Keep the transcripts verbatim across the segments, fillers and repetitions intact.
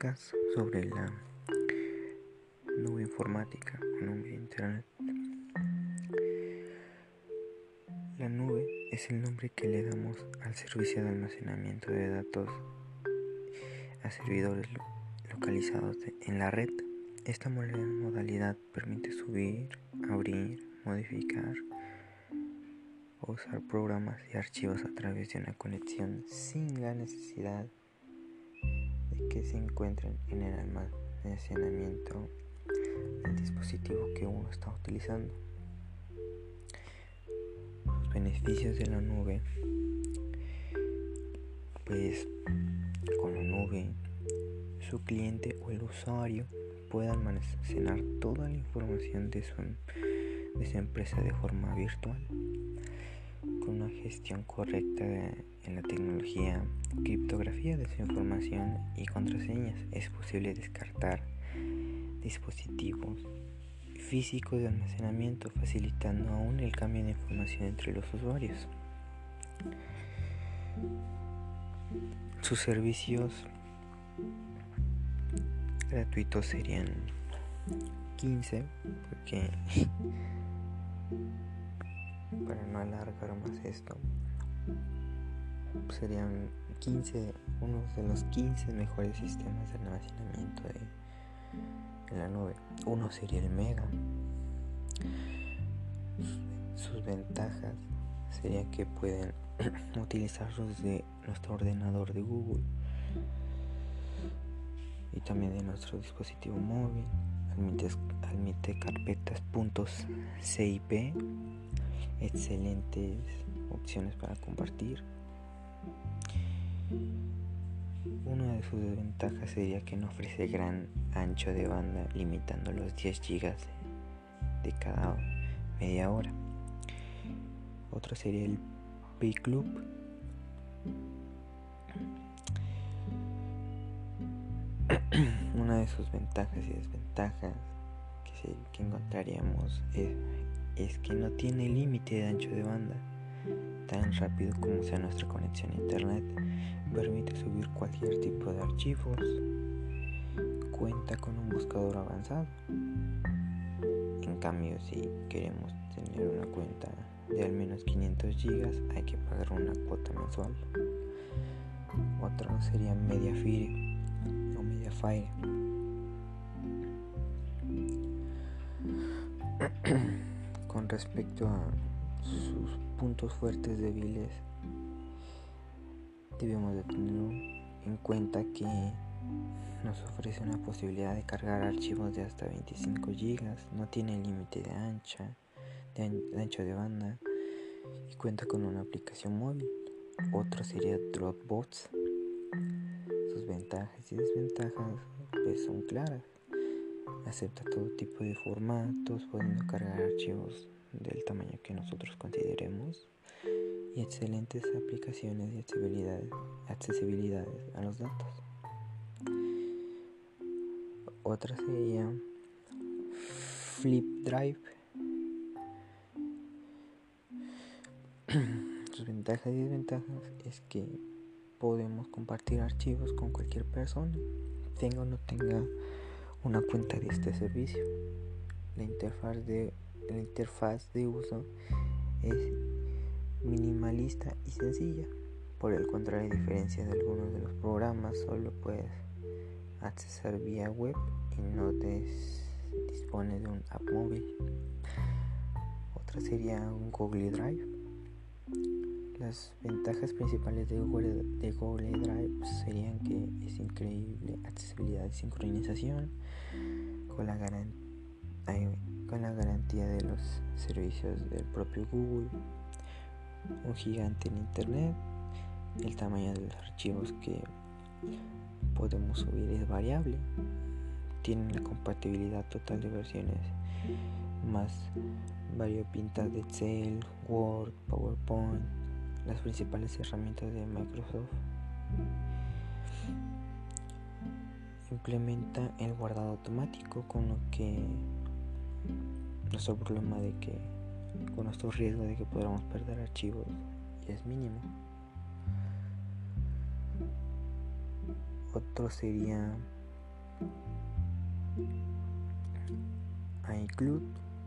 podcast sobre la nube informática o nube de internet. La nube es el nombre que le damos al servicio de almacenamiento de datos a servidores lo- localizados de, en la red. Esta modalidad permite subir, abrir, modificar o usar programas y archivos a través de una conexión sin la necesidad de que se encuentren en el almacenamiento del dispositivo que uno está utilizando. Los beneficios de la nube, pues con la nube su cliente o el usuario puede almacenar toda la información de su, de su empresa de forma virtual. Con una gestión correcta de, en la tecnología, criptografía de su información y contraseñas, es posible descartar dispositivos físicos de almacenamiento, facilitando aún el cambio de información entre los usuarios. Sus servicios gratuitos serían quince, porque para no alargar más esto, serían quince, uno de los quince mejores sistemas de almacenamiento de, en la nube. Uno sería el Mega. Sus ventajas sería que pueden utilizarlos desde nuestro ordenador de Google y también de nuestro dispositivo móvil. Admite, admite carpetas .zip, excelentes opciones para compartir. Una de sus desventajas sería que no ofrece gran ancho de banda, limitando los diez gigas de cada media hora. Otro sería el P-Club. Una de sus ventajas y desventajas que, se, que encontraríamos es, es que no tiene límite de ancho de banda, tan rápido como sea nuestra conexión a internet. Permite subir cualquier tipo de archivos. Cuenta con un buscador avanzado. En cambio, si queremos tener una cuenta de al menos quinientos gigas, hay que pagar una cuota mensual. Otro sería Mediafire o Mediafire. Con respecto a sus puntos fuertes débiles, debemos de tener en cuenta que nos ofrece una posibilidad de cargar archivos de hasta veinticinco gigas, no tiene límite de ancha, de, an- de ancho de banda y cuenta con una aplicación móvil. Otro sería Dropbox. Sus ventajas y desventajas pues son claras. Acepta todo tipo de formatos, pudiendo cargar archivos del tamaño que nosotros consideremos, y excelentes aplicaciones y accesibilidad, accesibilidad a los datos. Otra sería Flipdrive. Sus ventajas y desventajas es que podemos compartir archivos con cualquier persona, tenga o no tenga una cuenta de este servicio. La interfaz de, la interfaz de uso es minimalista y sencilla. Por el contrario, a diferencia de algunos de los programas, solo puedes accesar vía web y no des, dispone de un app móvil. Otra sería un Google Drive. Las ventajas principales de Google, de Google Drive serían que es increíble accesibilidad y sincronización con la, garan- con la garantía de los servicios del propio Google, un gigante en internet. El tamaño de los archivos que podemos subir es variable. Tiene una compatibilidad total de versiones más variopintas de Excel, Word, PowerPoint, las principales herramientas de Microsoft. Implementa el guardado automático, con lo que nuestro problema de que con nuestro riesgo de que podamos perder archivos es mínimo. Otro sería iCloud,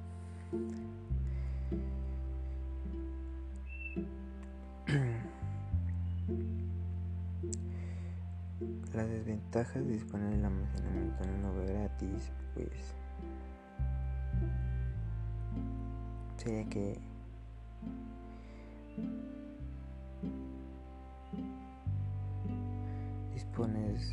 las desventajas de disponer el almacenamiento en la nube gratis, pues sería que dispones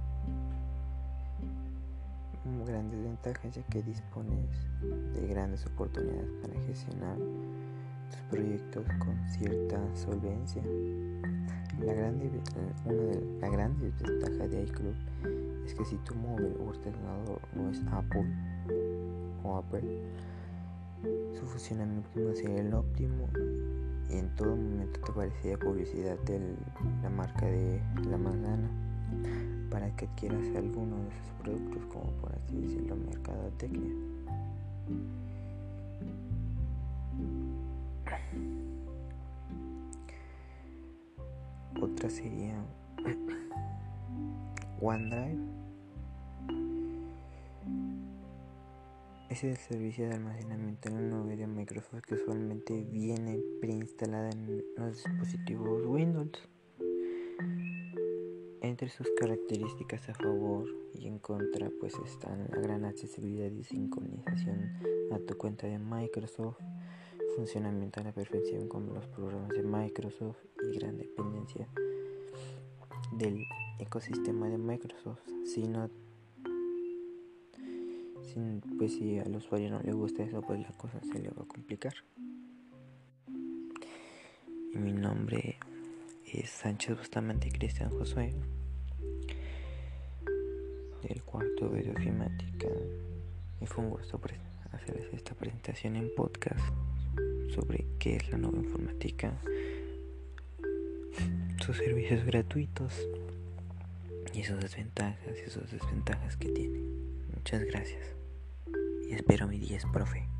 grandes ventajas, ya que dispones de grandes oportunidades para gestionar tus proyectos con cierta solvencia. La gran, una de las grandes desventajas de iCloud es que si tu móvil o ordenador no es Apple o Apple, su funcionamiento no sería el óptimo y en todo momento te aparecería publicidad de la marca de la manzana para que adquieras alguno de sus productos, como por así decirlo, mercadotecnia. Otra sería OneDrive. Ese es el servicio de almacenamiento en la nube de Microsoft que usualmente viene preinstalada en los dispositivos Windows. Entre sus características a favor y en contra pues están la gran accesibilidad y sincronización a tu cuenta de Microsoft, funcionamiento a la perfección con los programas de Microsoft y gran dependencia del ecosistema de Microsoft. Si no, si, pues si al usuario no le gusta eso, pues la cosa se le va a complicar. Y mi nombre es Sánchez Bustamante Cristian Josué, del cuarto B de ofimática, y fue un gusto pre- hacerles esta presentación en podcast sobre qué es la nube informática, sus servicios gratuitos y sus desventajas y sus desventajas que tiene. Muchas gracias y espero mi diez, profe.